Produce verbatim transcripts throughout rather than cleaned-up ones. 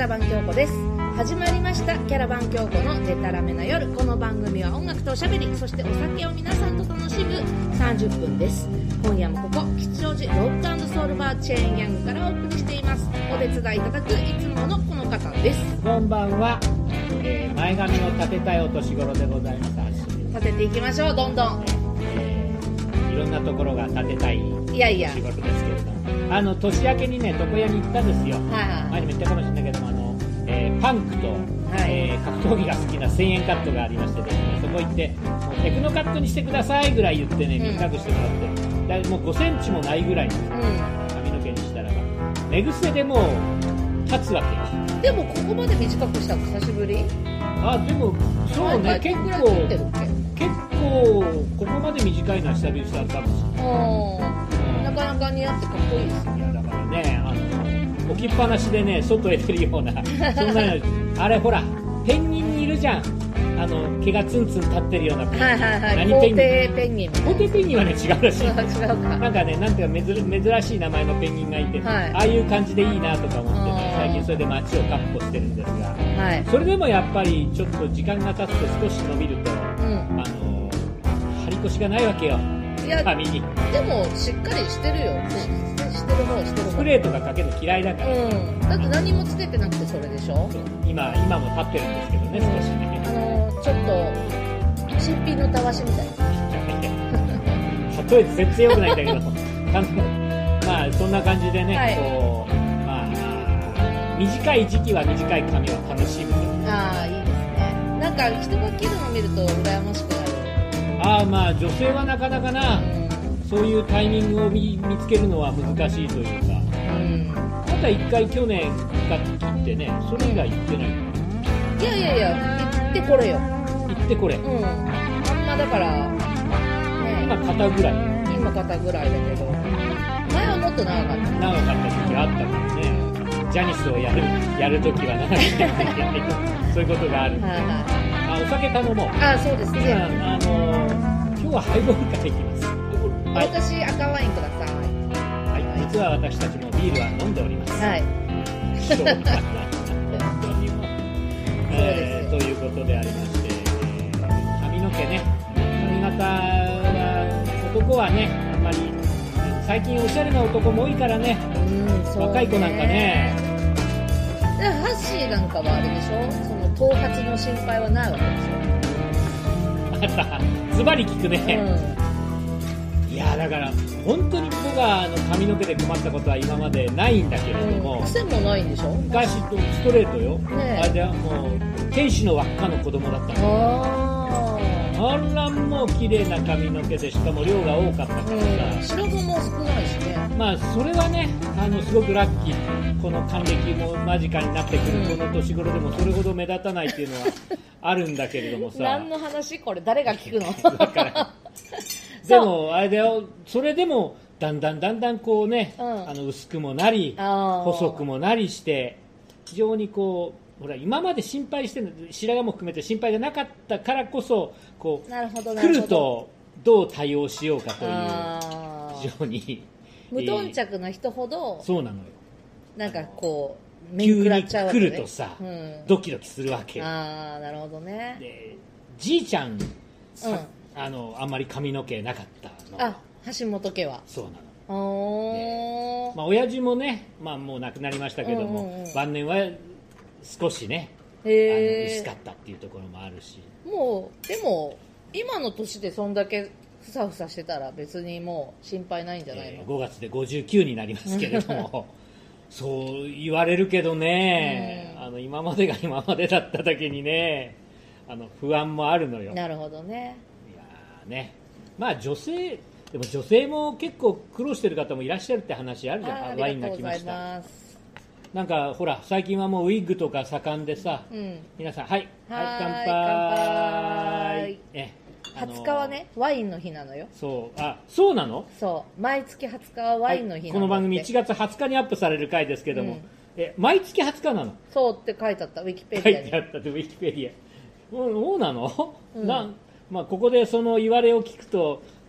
バン京子です。始まりましたキャラバン京子のデタラメな夜。この番組は音楽とおしゃべり、そしてお酒を皆さんと楽しむさんじゅっぷんです。今夜もここ吉祥寺ロック&ソウルバーチェーンヤングからお送りしています。お手伝いいただくいつものこの方です。 こんばんは、えー、前髪を立てたいお年頃でございます。 立てていきましょう、どんどん、 えー、いろんなところが立てたいいやいや仕事ですけれども、あの年明けにね床屋に行ったんですよ。 はいはい、 前にも言ったかもしれないけども、あの、えー、パンクと、はい、えー、格闘技が好きなせんえんカットがありましてですね、そこ行ってもうテクノカットにしてくださいぐらい言ってね、短くしてもらって、うん、だいもうごセンチもないぐらいの髪の毛にしたらば、目癖でもう立つわけよ。 でもここまで短くしたの久しぶり？ あ、でもそうね、結構結構ここまで短いのは久々かもしれない。 なかなか似合ってかっこいいですね。 いやだからね、あの置きっぱなしでね外へ出るようなそんなのあれほらペンギンにいるじゃん、あの毛がツンツン立ってるようなペンギン、 はいはいはい、何ペンギン？皇帝ペンギン。 皇帝ペンギンはね違うらしい。 違うか。 なんかね、なんていうか珍珍しい名前のペンギンがいて、はい、ああいう感じでいいなとか思ってね、最近それで街をカッ歩してるんですが、はい、それでもやっぱりちょっと時間が経つと少し伸びると、うん、あの張り腰がないわけよ。 いや髪にでもしっかりしてるよ。してる方してる方。 スプレーとかかけるの嫌いだから、 うん、だって何もつけてなくてそれでしょ。 今今も立ってるんですけどね、少しね、 あのちょっと新品のたわしみたいな例えて全然良くないんだけどまあそんな感じでね、はい、こうまあ短い時期は短い髪を楽しむ。 ああいいですね。なんか人が切るの見ると羨ましくなる。 ああまあ女性はなかなかな、うん、そういうタイミングを 見, 見つけるのは難しいというか、うん、また一回去年切ってね、それ以外行ってない。 いやいやいや行ってこれよ。 行ってこれ、うん、 あんまだから、ね、 今肩ぐらい今肩ぐらいだけど、前はもっと長かった。 長かった時あったからね、うん、ジャニスをやるやる時は長くてそういうことがあるんで、はいはい、あ、お酒頼もう。 あ、そうですね。 あのー、今日はハイボールからいきます。 はい、私赤ワインください。 はい、はい、実は私たちもビールは飲んでおります。 はい。 そうかな本当にも、えー、ということでありまして、えー、髪の毛ね、髪型は男はね、あんまり最近おしゃれな男も多いからね。うん、そうね。若い子なんかね。 でハッシーなんかはあれでしょ、その頭髪の心配はないわけでしょ。あら、ズバリ聞くね、うん、いやだから本当に僕があの髪の毛で困ったことは今までないんだけれども、 うん、癖もないんでしょ。 昔とストレートよ、ね、あれでもう天使の輪っかの子供だったの。あらもう綺麗な髪の毛で、しかも量が多かったからさ、 うん、白髪も少ないしね。 まあそれはね、あのすごくラッキー。この還暦も間近になってくるこの年頃でもそれほど目立たないっていうのはあるんだけれどもさ何の話これ、誰が聞くのだからでもあれだよ、それでもだんだんだんだんこうね、うん、あの薄くもなり細くもなりして非常にこうほら今まで心配してる白髪も含めて心配がなかったからこそこうなるほど来るとどう対応しようかという非常に無頓着な人ほど、 えー、そうなのよ。 なんかこう急に来るとさ、うん、ドキドキするわけ。 ああなるほどね。 でじいちゃん、うん、あのあんまり髪の毛なかったの。 あ、橋本家はそうなの。 お、 まあ、親父もね、まあ、もう亡くなりましたけども、うんうんうん、晩年は少しねあの薄かったっていうところもあるし、 もうでも今の年でそんだけふさふさしてたら別にもう心配ないんじゃないの、えー、 ごがつでごじゅうきゅうになりますけれどもそう言われるけどね、うん、あの今までが今までだっただけにね、あの不安もあるのよ。 なるほどね。 いやね、まあ女性でも女性も結構苦労してる方もいらっしゃるって話あるじゃん。ワインが来ました。なんかほら最近はもうウィッグとか盛んでさ、うん、皆さんはいはい乾杯、乾杯。えはつかはねワインの日なのよ。 そうあそうなの。 そう毎月はつかはワインの日なの、はい、 この番組いちがつはつかにアップされる回ですけども、うん、え毎月はつかなの。 そうって書いてあったウィキペディアに。 書いてあったってウィキペディア。そうなの、うん、なまあ、ここでその言われを聞くと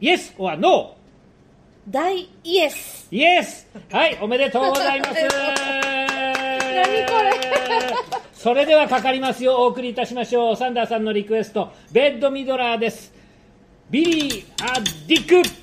イエス or No。 大イエス。 イエス。はい、おめでとうございます何これそれではかかりますよ、お送りいたしましょう。サンダーさんのリクエスト、ベッドミドラーです。ビリー・アディク。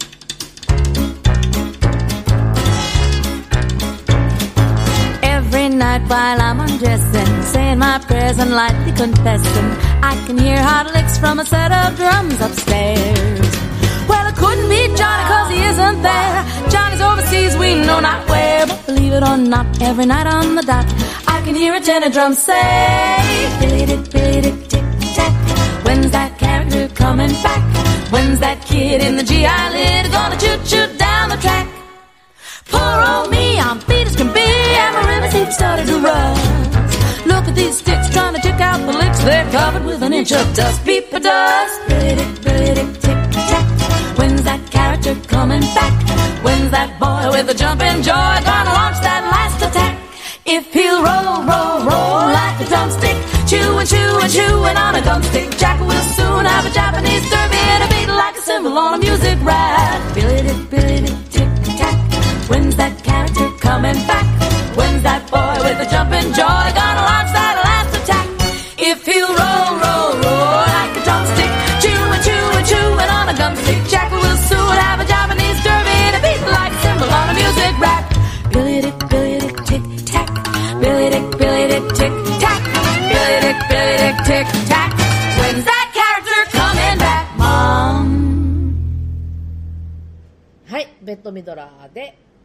Every night while I'm undressing, saying my prayers and lightly confessing, I can hear hot licks from a set of drums upstairs. Well, it couldn't be Johnny 'cause he isn't there. Johnny's overseas, we know not where. But believe it or not, every night on the dot, I can hear a tenor drum say, Billy-dick, Billy-dick, tick-tack. When's that character coming back? When's that kid in the G I lid gonna choo-choo down the track? Poor old me, I'm beat as can be, and my rivers even started to rust. Look at these sticks trying to check out the licks. They're covered with an inch of dust. Beep a dust. Billy-dick, Billy-dick, tick-tack. When's that character coming back? When's that boy with the jumping joy gonna launch that last attack? If he'll roll, roll, roll like a drumstick, chewing, chewing, chewing on a gum stick, Jack will soon have a Japanese derby and a beat like a cymbal on a music rack. Billy-dick, Billy-dick, tick-tack. When's that character coming back? When's that boy with the jumping joy gonna launch that last attack? If he'll roll, roll, roll like a drumstick, chewing, chewing, chewing on a gum stick, Jack will soon have a Japanese derby and a beat like a cymbal on a music rack. Billy-dick, Billy-dick, tick-tack. Billy-dick, Billy-dick, tick-tack. Billy-dick, Billy-dick, tick-tack. When's that character coming back, Mom? はい、ベッドミドラーで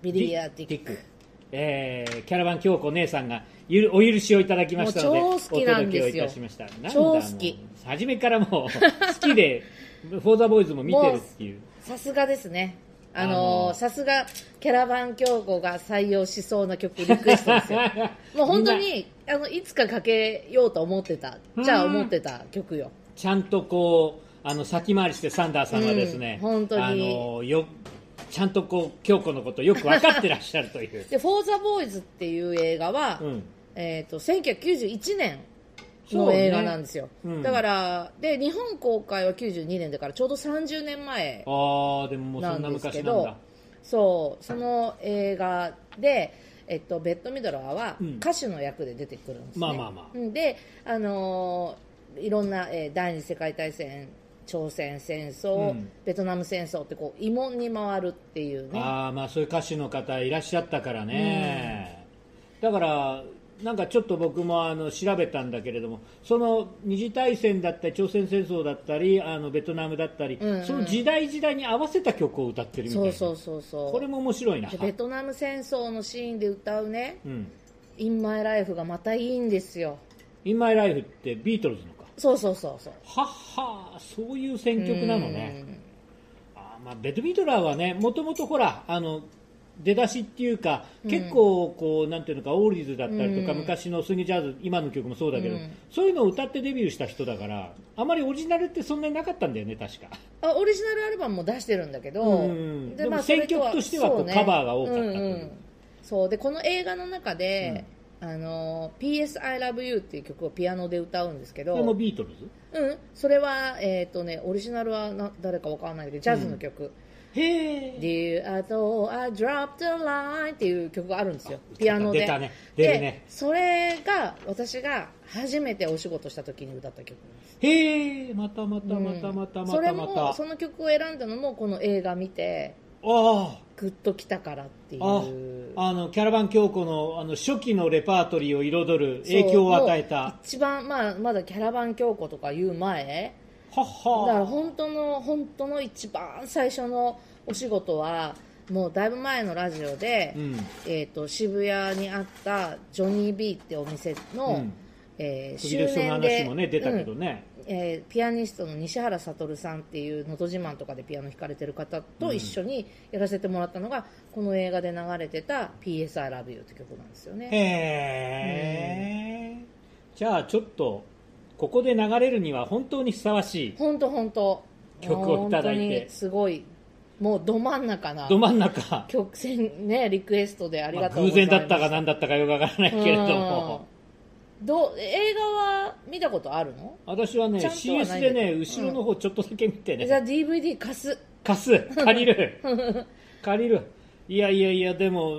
ビリー・アティック、 えー、キャラバン京子姉さんがゆお許しをいただきましたので、 もう超好きなんですよお届けをいたしました。なんだ超好き、 初めからもう好きでフォーザボーイズも見てるっていう。 さすがですね。あのー、さすがキャラバン京子が採用しそうな曲リクエストですよもう本当にあのいつかかけようと思ってたじゃあ思ってた曲よ。 ちゃんとこうあの先回りしてサンダーさんはですね、 うん、本当にあのよちゃんとこう京子のことをよく分かってらっしゃるというでフォーザボーイズっていう映画は、うん、えー、とせんきゅうひゃくきゅうじゅういちねんの映画なんですよ、ね、うん、だからで日本公開はきゅうじゅうにねんだからちょうどさんじゅうねんまえなんですけど、そうその映画で、えっと、ベッド・ミドラーは歌手の役で出てくるんですね、うん、まあまあまあ、で、あのー、いろんな、えー、第二次世界大戦、朝鮮戦争、うん、ベトナム戦争ってこう慰問に回るっていうね、 あ、まあ、そういう歌手の方いらっしゃったからね、うん、だからなんかちょっと僕もあの調べたんだけれども、その二次大戦だったり朝鮮戦争だったりあのベトナムだったり、うんうん、その時代時代に合わせた曲を歌ってるみたいな、 そうそうそうそう、 これも面白いな。 ベトナム戦争のシーンで歌うね、うん、In My Life がまたいいんですよ。 In My Life ってビートルズのか。 そうそうそうそう、 はっは、そういう選曲なのね。あ、まあ、ベッド・ミドラーはね、もともとほらあの出だしっていうか、うん、結構こうなんていうのかオーディーズだったりとか、うん、昔のスギジャズ、今の曲もそうだけど、うん、そういうのを歌ってデビューした人だから、あまりオリジナルってそんなになかったんだよね、確か。 あ、オリジナルアルバムも出してるんだけど、うん、 で, でも選曲としてはこう、ね、カバーが多かったという、うんうん、 そうでこの映画の中で、うん、あの ピーエス I Love You っていう曲をピアノで歌うんですけど、 それもビートルズ？ うん、それは、えーとね、オリジナルはな誰かわからないけどジャズの曲、うん、 へー Dear I thought I dropped a line っていう曲があるんですよ、ピアノで。 出たね、出るね。 でそれが私が初めてお仕事した時に歌った曲なんです。 へー、またまたまたまたまたまた、うん、 それもその曲を選んだのもこの映画見てあグッときたからっていう、 ああのキャラバン京子 の, あの初期のレパートリーを彩る影響を与えた一番、まあ、まだキャラバン京子とか言う前はは、 だから本当の本当の一番最初のお仕事はもうだいぶ前のラジオで、うん、えー、と渋谷にあったジョニー B ってお店の、うん、えー、周年でその話もね出たけどね、 うん、えー、ピアニストの西原悟さんっていうのど自慢とかでピアノ弾かれてる方と一緒にやらせてもらったのが、うん、この映画で流れてた ピーエス I Love You って曲なんですよね。 へー、うん、じゃあちょっとここで流れるには本当にふさわしい本当本当曲をいただいて、 本当にすごいもうど真ん中など真ん中曲線ね、リクエストでありがとうございます、まあ、偶然だったか何だったかよくわからないけれども、 どう映画は見たことあるの？ 私はね シーエス でね後ろの方ちょっとだけ見てね、うん、 じゃあ ディーブイディー 貸す貸す借りる借りるいやいやいやでも、うん、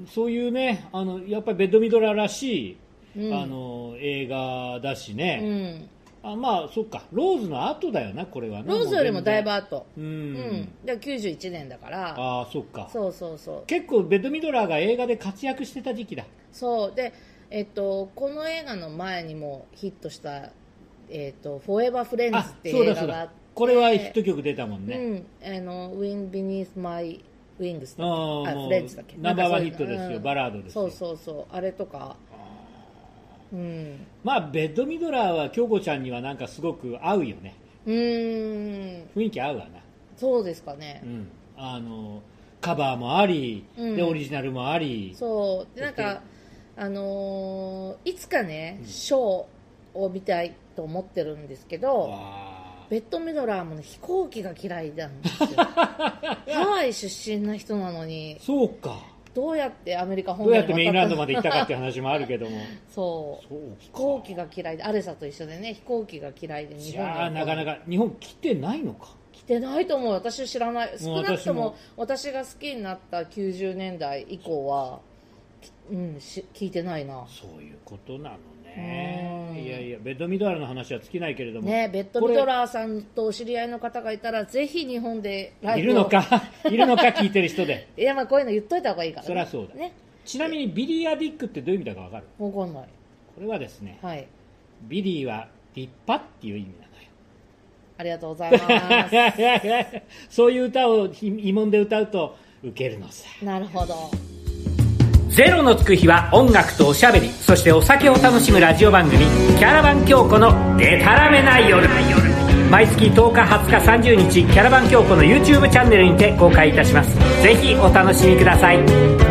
そういうねあのやっぱりベッドミドラーらしい、うん、あの映画だしね、うん、あまあそっかローズの後だよなこれはね。 ローズよりもだいぶ後、 うん、うん、 できゅうじゅういちねんだから。 ああそっか、 そうそうそう、 結構ベッドミドラーが映画で活躍してた時期だ。 そうでえっと、この映画の前にもヒットした「えっと、フォーエバーフレンズ」っていう映画があって、 これはヒット曲出たもんね、 うん、あの Wind Beneath My Wings だっけ、 あフレンズだっけ、 ナンバーワンヒットですよ、うん、バラードですよ。 そうそうそう、あれとか、うん、 まあベッドミドラーは京子ちゃんにはなんかすごく合うよね。 うーん、 雰囲気合うわな。 そうですかね、 うん、あのカバーもあり、うん、でオリジナルもあり、 そうでなんかあのー、いつかね、うん、ショーを見たいと思ってるんですけど、ベッドミドラーも、ね、飛行機が嫌いなんですよハワイ出身な人なのに、 そうか、 どうやってアメリカ本土に渡ったどうやってメインランドまで行ったかっていう話もあるけどもそうそう飛行機が嫌いで、アレサと一緒でね、飛行機が嫌いで日本に、 じゃあなかなか日本来てないのか。 来てないと思う、私知らない。少なくとも私が好きになったきゅうじゅうねんだい以降はうん、し聞いてないな。 そういうことなのね。いやいやベッドミドラーの話は尽きないけれども、 ね、ベッドミドラーさんとお知り合いの方がいたらぜひ日本でライブをいるのかいるのか聞いてる人でいやまあこういうの言っといた方がいいから、ね、 そりゃそうだ、ね、ちなみにビリー・アディックってどういう意味だか分かる？ 分かんない。 これはですね、 はい、 ビリーは立派っていう意味なのよ。 ありがとうございますそういう歌を慰問で歌うと受けるのさ。 なるほど。 ゼロのつく日は音楽とおしゃべり、そしてお酒を楽しむラジオ番組、キャラバン京子のデタラメな夜。毎月とおか、はつか、さんじゅうにち、キャラバン京子の YouTube チャンネルにて公開いたします。ぜひお楽しみください。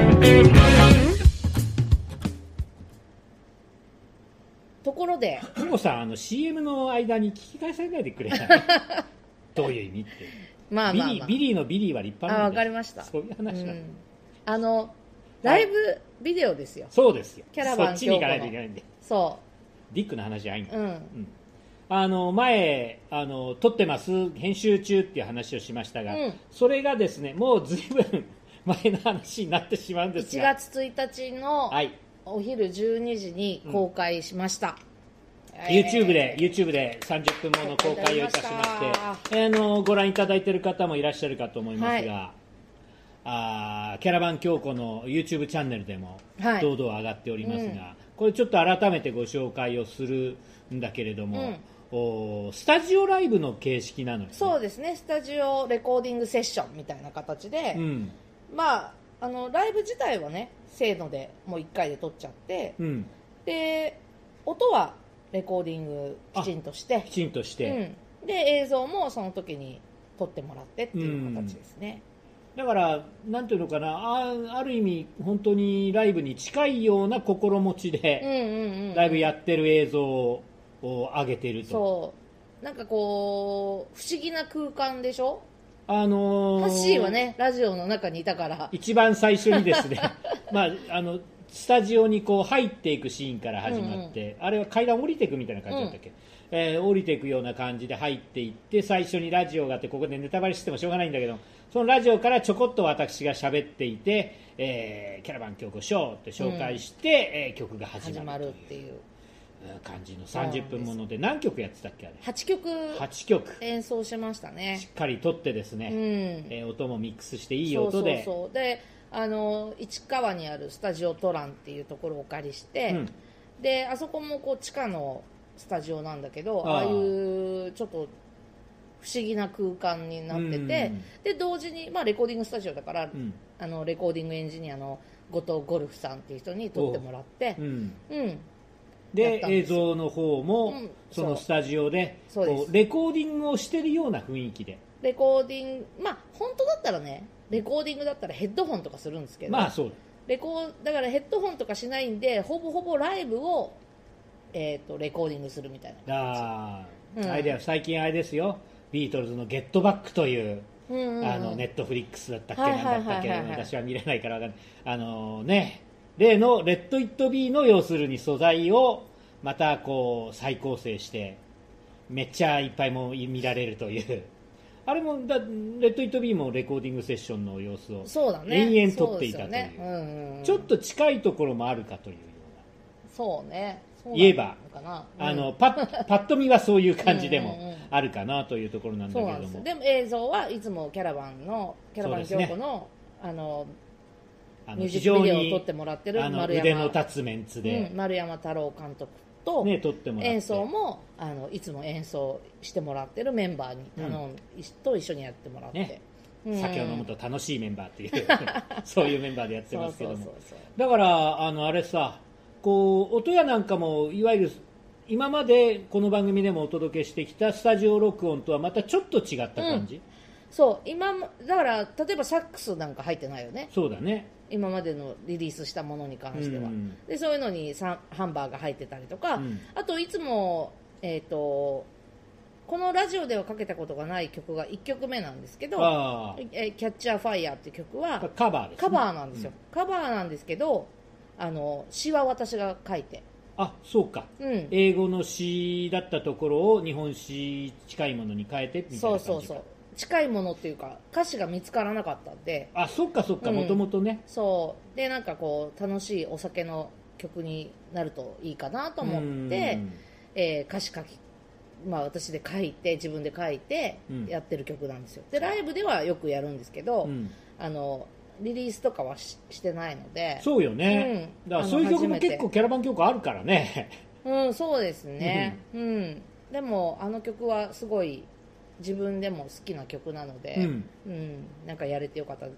ところで久保さん、あの シーエム の間に聞き返さないでくれないどういう意味って。 まあまあ、まあ、 ビリービリーのビリーは立派なんで。 あ、わかりました。 そういう話なん、うん、 あのライブビデオですよ。 そうですよ。 キャラバンそっちに行かないといけないんで。 そうディックの話じゃないんだ、 うんうん、 あの前あの撮ってます編集中っていう話をしましたが、うん、それがですねもうずいぶん前の話になってしまうんですが、 いちがつついたちのお昼じゅうにじに公開しました、 うんえー、YouTube で YouTube でさんじゅっぷんもの公開をいたしまして、えー、あのご覧いただいている方もいらっしゃるかと思いますが、はい、あキャラバン京子の YouTube チャンネルでも堂々上がっておりますが、はいうん、これちょっと改めてご紹介をするんだけれども、うんおスタジオライブの形式なのよ、ね、 そうですね。スタジオレコーディングセッションみたいな形で、うん、まああのライブ自体はねせーのでもういっかいで撮っちゃって、うん、で音はレコーディングきちんとしてきちんとして、 うん、で映像もその時に撮ってもらってっていう形ですね、 うん、だからなんていうのかな あ, ある意味本当にライブに近いような心持ちで、うんうんうん、ライブやってる映像をを上げていると。 そうなんかこう不思議な空間でしょ。 あのー、 ハッシーはねラジオの中にいたから一番最初にですねまああのスタジオにこう入っていくシーンから始まって、うんうん、あれは階段降りていくみたいな感じだったっけ、うんえー、降りていくような感じで入っていって最初にラジオがあって、ここでネタバレしてもしょうがないんだけど、そのラジオからちょこっと私が喋っていて、えー、キャラバン京子ショーって紹介して、うんえー、曲が始まるっていう感じのさんじゅっぷんもので、何曲やってたっけあれ。 はちきょくはちきょく演奏しましたね。 しっかり撮ってですね、うんえー、音もミックスしていい音で、 そうそうそうであの市川にあるスタジオトランっていうところをお借りして、うん、であそこもこう地下のスタジオなんだけど、ああいうちょっと不思議な空間になってて、うん、で同時に、まあ、レコーディングスタジオだから、うん、あのレコーディングエンジニアの後藤ゴルフさんっていう人に撮ってもらって、うんうんで映像の方も、うん、そのスタジオでこうレコーディングをしてるような雰囲気で、 レコーディングまあ本当だったらねレコーディングだったらヘッドホンとかするんですけど、 まあそうだレコだからヘッドホンとかしないんでほぼほぼライブを、えー、とレコーディングするみたいな感じ。 あ、うん、あれだよ最近あれですよ、ビートルズのゲットバックという、うんうんうん、あのネットフリックスだったっけ、はいはいはいはい、なんだったっけ、私は見れないから分かんない、あのね例のレッド・イット・ビーの要するに素材をまたこう再構成してめっちゃいっぱいも見られるというあれもだレッド・イット・ビーもレコーディングセッションの様子を延々撮っていたという、 ねうんうん、 ちょっと近いところもあるかというような、 そうね言えば、うん、あのパッ、パッと見はそういう感じでもあるかなというところなんだけれども、 そうなんです。でも映像はいつもキャラバンのキャラバン京子の、ね、あのあミュージックビデオを撮ってもらってる丸山腕の立つメンツで、 うん、丸山太郎監督と、 ね、撮ってもらって演奏もあのいつも演奏してもらってるメンバーに頼ん、うん、と一緒にやってもらって、ねうん、酒を飲むと楽しいメンバーっていうそういうメンバーでやってますけども、そうそうそうそう、だからあのあれさこう音やなんかもいわゆる今までこの番組でもお届けしてきたスタジオ録音とはまたちょっと違った感じ、うん、 そう今だから例えばサックスなんか入ってないよね。 そうだね、 今までのリリースしたものに関しては、うん、でそういうのにハンバーが入ってたりとか、うん、あといつも、えーと、このラジオではかけたことがない曲がいっきょくめなんですけど、えキャッチャーファイヤーっていう曲はカバーですね、 カバーなんですよ、うん、カバーなんですけどあの詩は私が書いて、 あそうか、うん、英語の詩だったところを日本詩近いものに変えてみたいな感じか。そうそうそう、 近いものっていうか歌詞が見つからなかったんで、 あそっかそっか、もともとね、 そうでなんかこう楽しいお酒の曲になるといいかなと思って、えー、歌詞書き、まあ、私で書いて自分で書いてやってる曲なんですよ。でライブではよくやるんですけど、うん、あのリリースとかは し, してないので。 そうよね、うん、だからそういう曲も結構キャラバン曲あるからねうんそうですね、うん、うん、でもあの曲はすごい自分でも好きな曲なので、うんうん、なんかやれてよかった。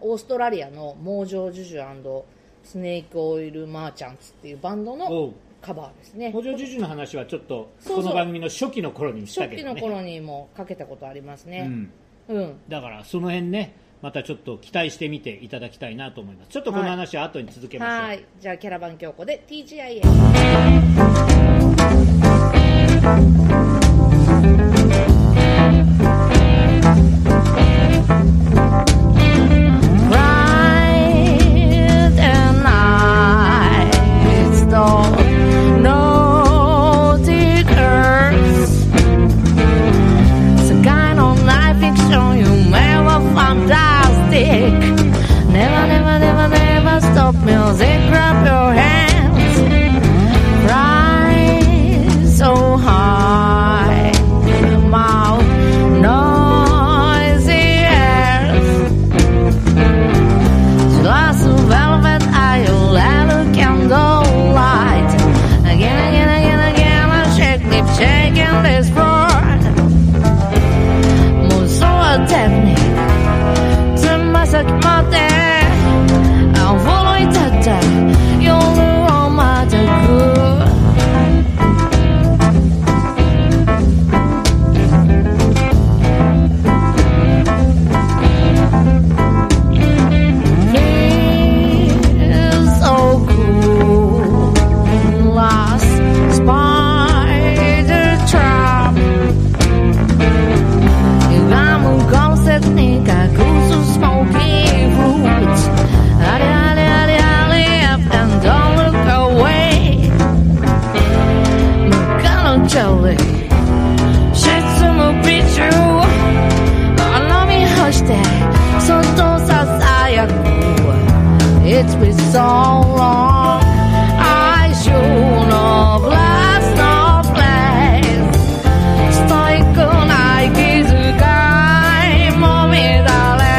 オーストラリアのモージョージュジュ&スネークオイルマーチャンツっていうバンドのカバーですね。 モージョージュジュの話はちょっとそうそうこの番組の初期の頃にした初期けどね。 の頃にもかけたことありますね。 うん、 うん。 だからその辺ねまたちょっと期待してみていただきたいなと思います。ちょっとこの話は後に続けましょう。 はい。じゃあキャラバン京子で ティージーアイエフ。 Never, never, never, never stop music, grab your hands, rise so high, mouth, noisy airs, glass of velvet, I'll have a candlelight, again, again, again, again, I shake, keep shaking this board, more so a technique.先まで覚えてて夜をまたぐFeels so cool Last spider trap I'm gonna set me back smoky fruits. Ali, ali, ali, ali, up and don't look away. McConnell jelly, shades of a picture. Allow me hush that, so don't say it's been so long. I should have last no place. Stay good, I kiss a guy, mommy, darling.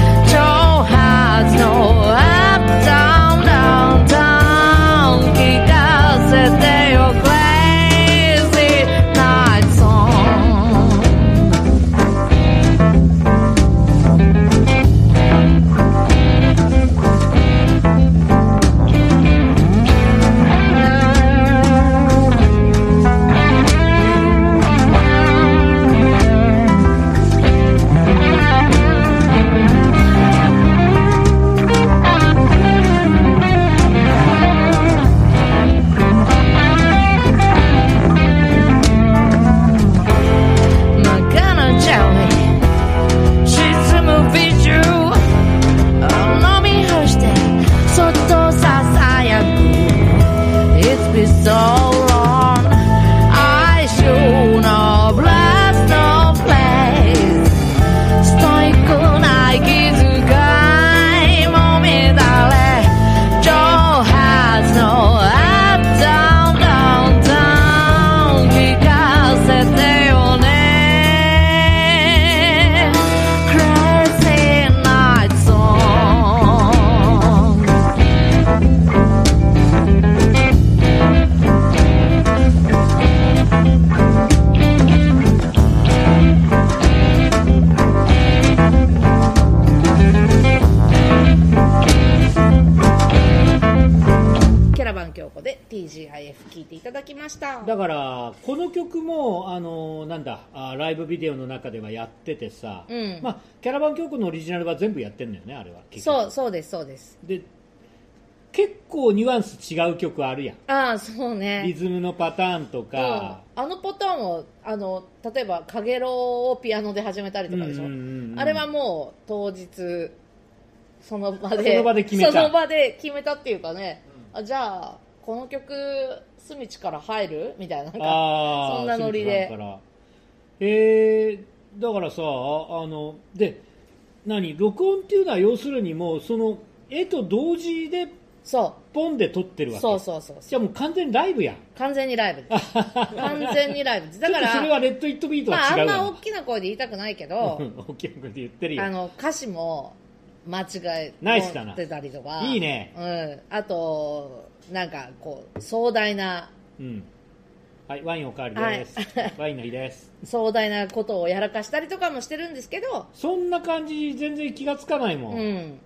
しただからこの曲もあのなんだあライブビデオの中ではやっててさ、 うんまあ、キャラバン教区のオリジナルは全部やってんのよねあれは結局そうそうですそうですで結構ニュアンス違う曲あるやんああそうねリズムのパターンとか、 うん、あのパターンをあの例えばかげろうをピアノで始めたりとかでしょ、 うんうんうん、 あれはもう当日その場でその場で決めたその場で決めたっていうかね、うん、あじゃあこの曲スミチから入るみたいな、なんかそんなノリでえー、だからさあので何録音っていうのは要するにもうその絵と同時でそうポンで撮ってるわけそうそうそうそうじゃあもう完全にライブやん完全にライブです完全にライブですだからちょっとそれはレッド・イット・ビートは違うわ、 まあ、あんま大きな声で言いたくないけど大きな声で言ってるよあの歌詞も間違えナイスだなてたりとかいいね、 うん、あとなんかこう壮大な、 うんはい、ワインおかわりです、はい、ワインの日です壮大なことをやらかしたりとかもしてるんですけどそんな感じ全然気がつかないもん、 うん、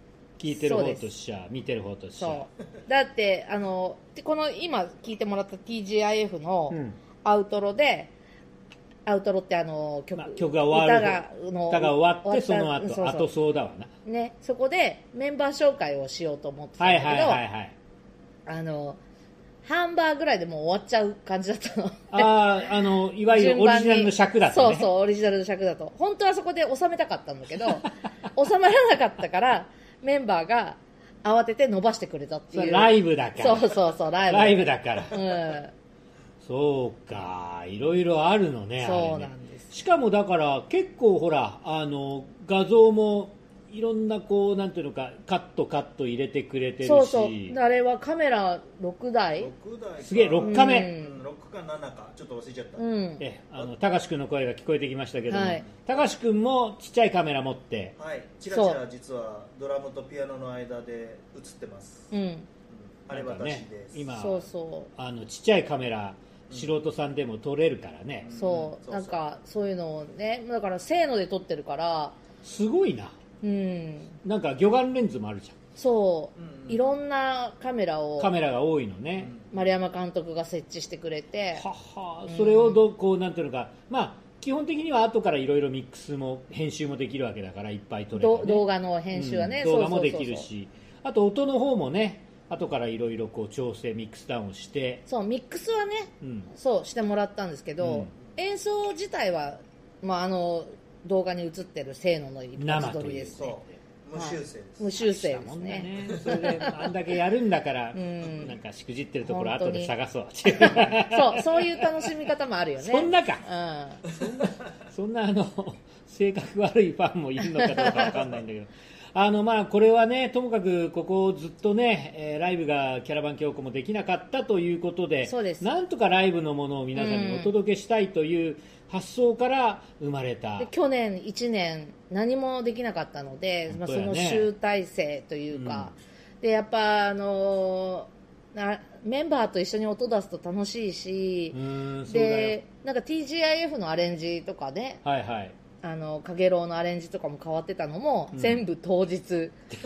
聞いてる方としちゃ見てる方としちゃそうだってあのこの今聞いてもらった ティージーアイエフ のうんアウトロで、アウトロってあの 曲,、 まあ、曲が終わる歌がの歌が終わってその後そうそう後そうだわなね、そこでメンバー紹介をしようと思ってたんはいだけど、 はいはいはいあのハンバーぐらいでもう終わっちゃう感じだったのあああのいわゆるオリジナルの尺だとねそうそうオリジナルの尺だと本当はそこで収めたかったんだけど収まらなかったからメンバーが慌てて伸ばしてくれたっていうライブだからそうそうそうライブライブだからうんそうかいろいろあるのねそうあれねなんですしかもだから結構ほらあの画像もいろんなこうなんていうのかカットカット入れてくれてるしそうそうあれはカメラろくだいろくだいかすげえろっかめ、 うんろくかななかちょっと忘れちゃった、 うんえあの高橋君の声が聞こえてきましたけども、 はい高橋君もちっちゃいカメラ持ってはいちらちら実はドラムとピアノの間で映ってます、 うんうんあれなんかね私です、 今そうそあのちっちゃいカメラ素人さんでも撮れるからね、 うそううんなんかそういうのをねだからせーので撮ってるからすごいなうんなんか魚眼レンズもあるじそう、 うんいろんなカメラをゃんカメラが多いのね、 丸山監督が設置してくれてははそれをどうこうなんていうのかまあ基本的には後からいろいろミックスも編集もできるわけだからいっぱい撮れば、ね、 ど動画の編集はね、 うん動画もでそうそうそうそうきるしあと音の方もね後からいろいろこう調整ミックスダウンをして、 そうミックスはねうん、 そうしてもらったんですけど、 うん演奏自体は、まあ、あの動画に映ってるせーのの一発撮りですねそう無修正です、 無修正ですもんだねねそれであんだけやるんだから、 んなんかしくじってるところ本当に後で探そうそうそういう楽しみ方もあるよねそんなかうんそんなあの性格悪いファンもいるのかどうかわかんないんだけどあのまあこれはねともかくここずっとね、えーライブがキャラバン京子もできなかったということでそうですなんとかライブのものを皆さんにお届けしたいという発想から生まれた、 で去年いちねん何もできなかったので、まあ、そ本当やねの集大成というか、でやっぱあのーなメンバーと一緒に音出すと楽しいしう、ーんそうだよでなんか ティージーアイエフ のアレンジとかねはいはいあのかげろうのアレンジとかも変わってたのも、全部当日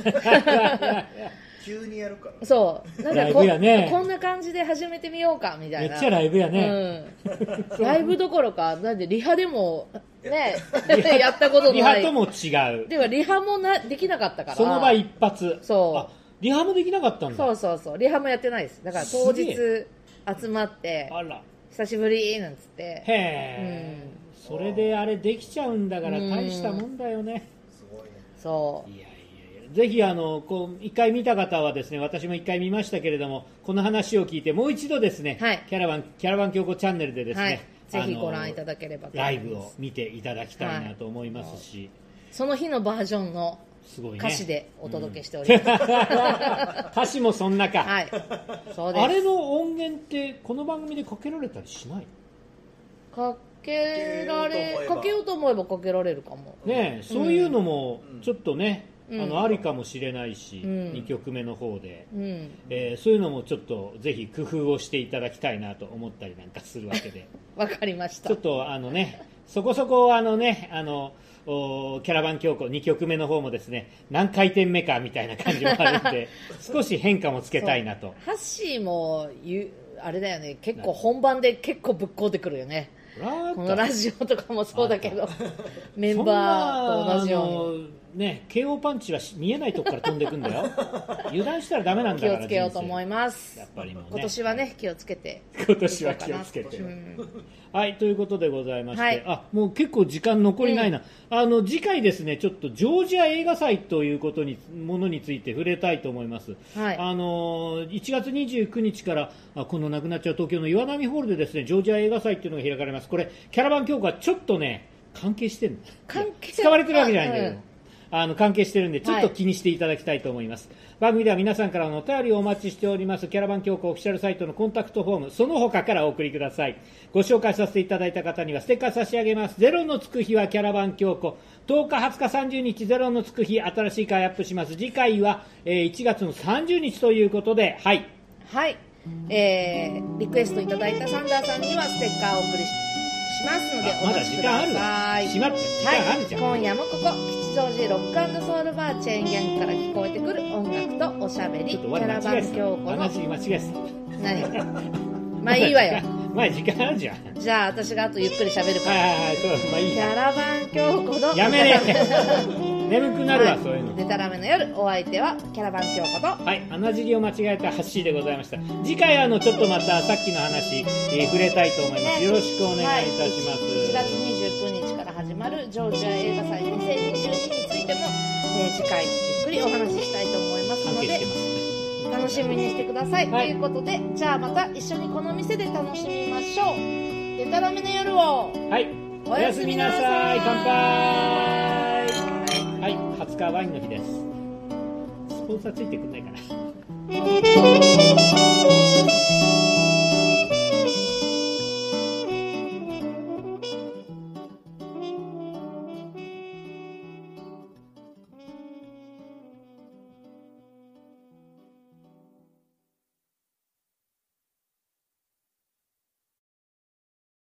急にやるからそうなんライかこ,、 ブやねこんな感じで始めてみようかみたいなめっちゃライブやね、 うん、ライブどころかなんでリハでもねやったことないリハとも違うではリハもなできなかったからその場一発そうあリハもできなかったんだそうそうそうリハもやってないですだから当日す集まってあら久しぶりなんつってへえ、それであれできちゃうんだから大したもんだよね、 すごいねそういやいやいやぜひあのこう一回見た方はですね私も一回見ましたけれどもこの話を聞いてもう一度ですね、 はいキャラバンキャラバン京子チャンネルでですね、 はいぜひあのご覧いただければと思ライいますブを見ていただきたいなと思いますし、 その日のバージョンのすごいね歌詞でお届けしております、 歌詞もそんなか、 はいそうですあれの音源ってこの番組でかけられたりしないかけられかかけよけようと思えばかけられるかもねえそういうのもちょっとね、 うんあのありかもしれないし、 うんにきょくめの方で、 うんえーそういうのもちょっとぜひ工夫をしていただきたいなと思ったりなんかするわけでわかりましたちょっとあのねそこそこあのねあのおキャラバン京子にきょくめの方もですね何回転目かみたいな感じもあるんで少し変化もつけたいなとハッシーも言うあれだよね結構本番で結構ぶっこんでくるよねこのラジオとかもそうだけどメンバーと同じようにそんなあのね ケーオー パンチは見えないとこから飛んでくんだよ油断したらダメなんだから気をつけようと思いすますやっぱりもうね今年はね気をつけて今年は気をつけて、 うんはいということでございまして、 はいあもう結構時間残りないな、あの次回ですねちょっとジョージア映画祭ということにものについて触れたいと思います、 はいあのいちがつにじゅうくにちからあこの亡くなっちゃう東京の岩波ホールでですねジョージア映画祭っていうのが開かれます。これキャラバン京子はちょっとね関係してるの関係使われてるわけじゃないんだけど、 うんあの関係してるんでちょっと気にしていただきたいと思います、番組では皆さんからのお便りをお待ちしております。キャラバン京子オフィシャルサイトのコンタクトフォームその他からお送りください。ご紹介させていただいた方にはステッカー差し上げます。ゼロのつく日はキャラバン京子とおか、はつか、さんじゅうにちゼロのつく日新しい回アップします。次回は、えーいちがつのさんじゅうにちということではいはい、えー、リクエストいただいたサンダーさんにはステッカーをお送りししますので、 あまだお待ちくだ時間あるさい。 わ閉まって時間あるじゃん、 はい、今夜もここ吉祥寺ロック&ソウルバーチェーンギャンから聞こえてくる音楽とおしゃべり、キちょっと我ャラバン間違えて京子のた話間違えて何たまあいいわよ。 前時間あるじゃん。 じゃあ私があとゆっくり喋るかはいら、 はいはいそうまあいいやキャラバン京子のやめね眠くなるわ、 はいそういうの。 でたらめの夜、お相手はキャラバン京子とはい、穴尻を間違えたハッシーでございました。次回はあのちょっとまたさっきの話、えー触れたいと思います、 ねよろしくお願いいたします、 はい、いちがつにじゅうくにちから始まるジョージア映画祭にせんにじゅうにについても、えー次回ゆっくりお話ししたいと思いますので関係してます楽しみにしてください、 はいということで、じゃあまた一緒にこの店で楽しみましょう。でたらめの夜をはい、おやすみなさい、乾杯。はい、はつかワインの日です。スポンサーついてくんないかな。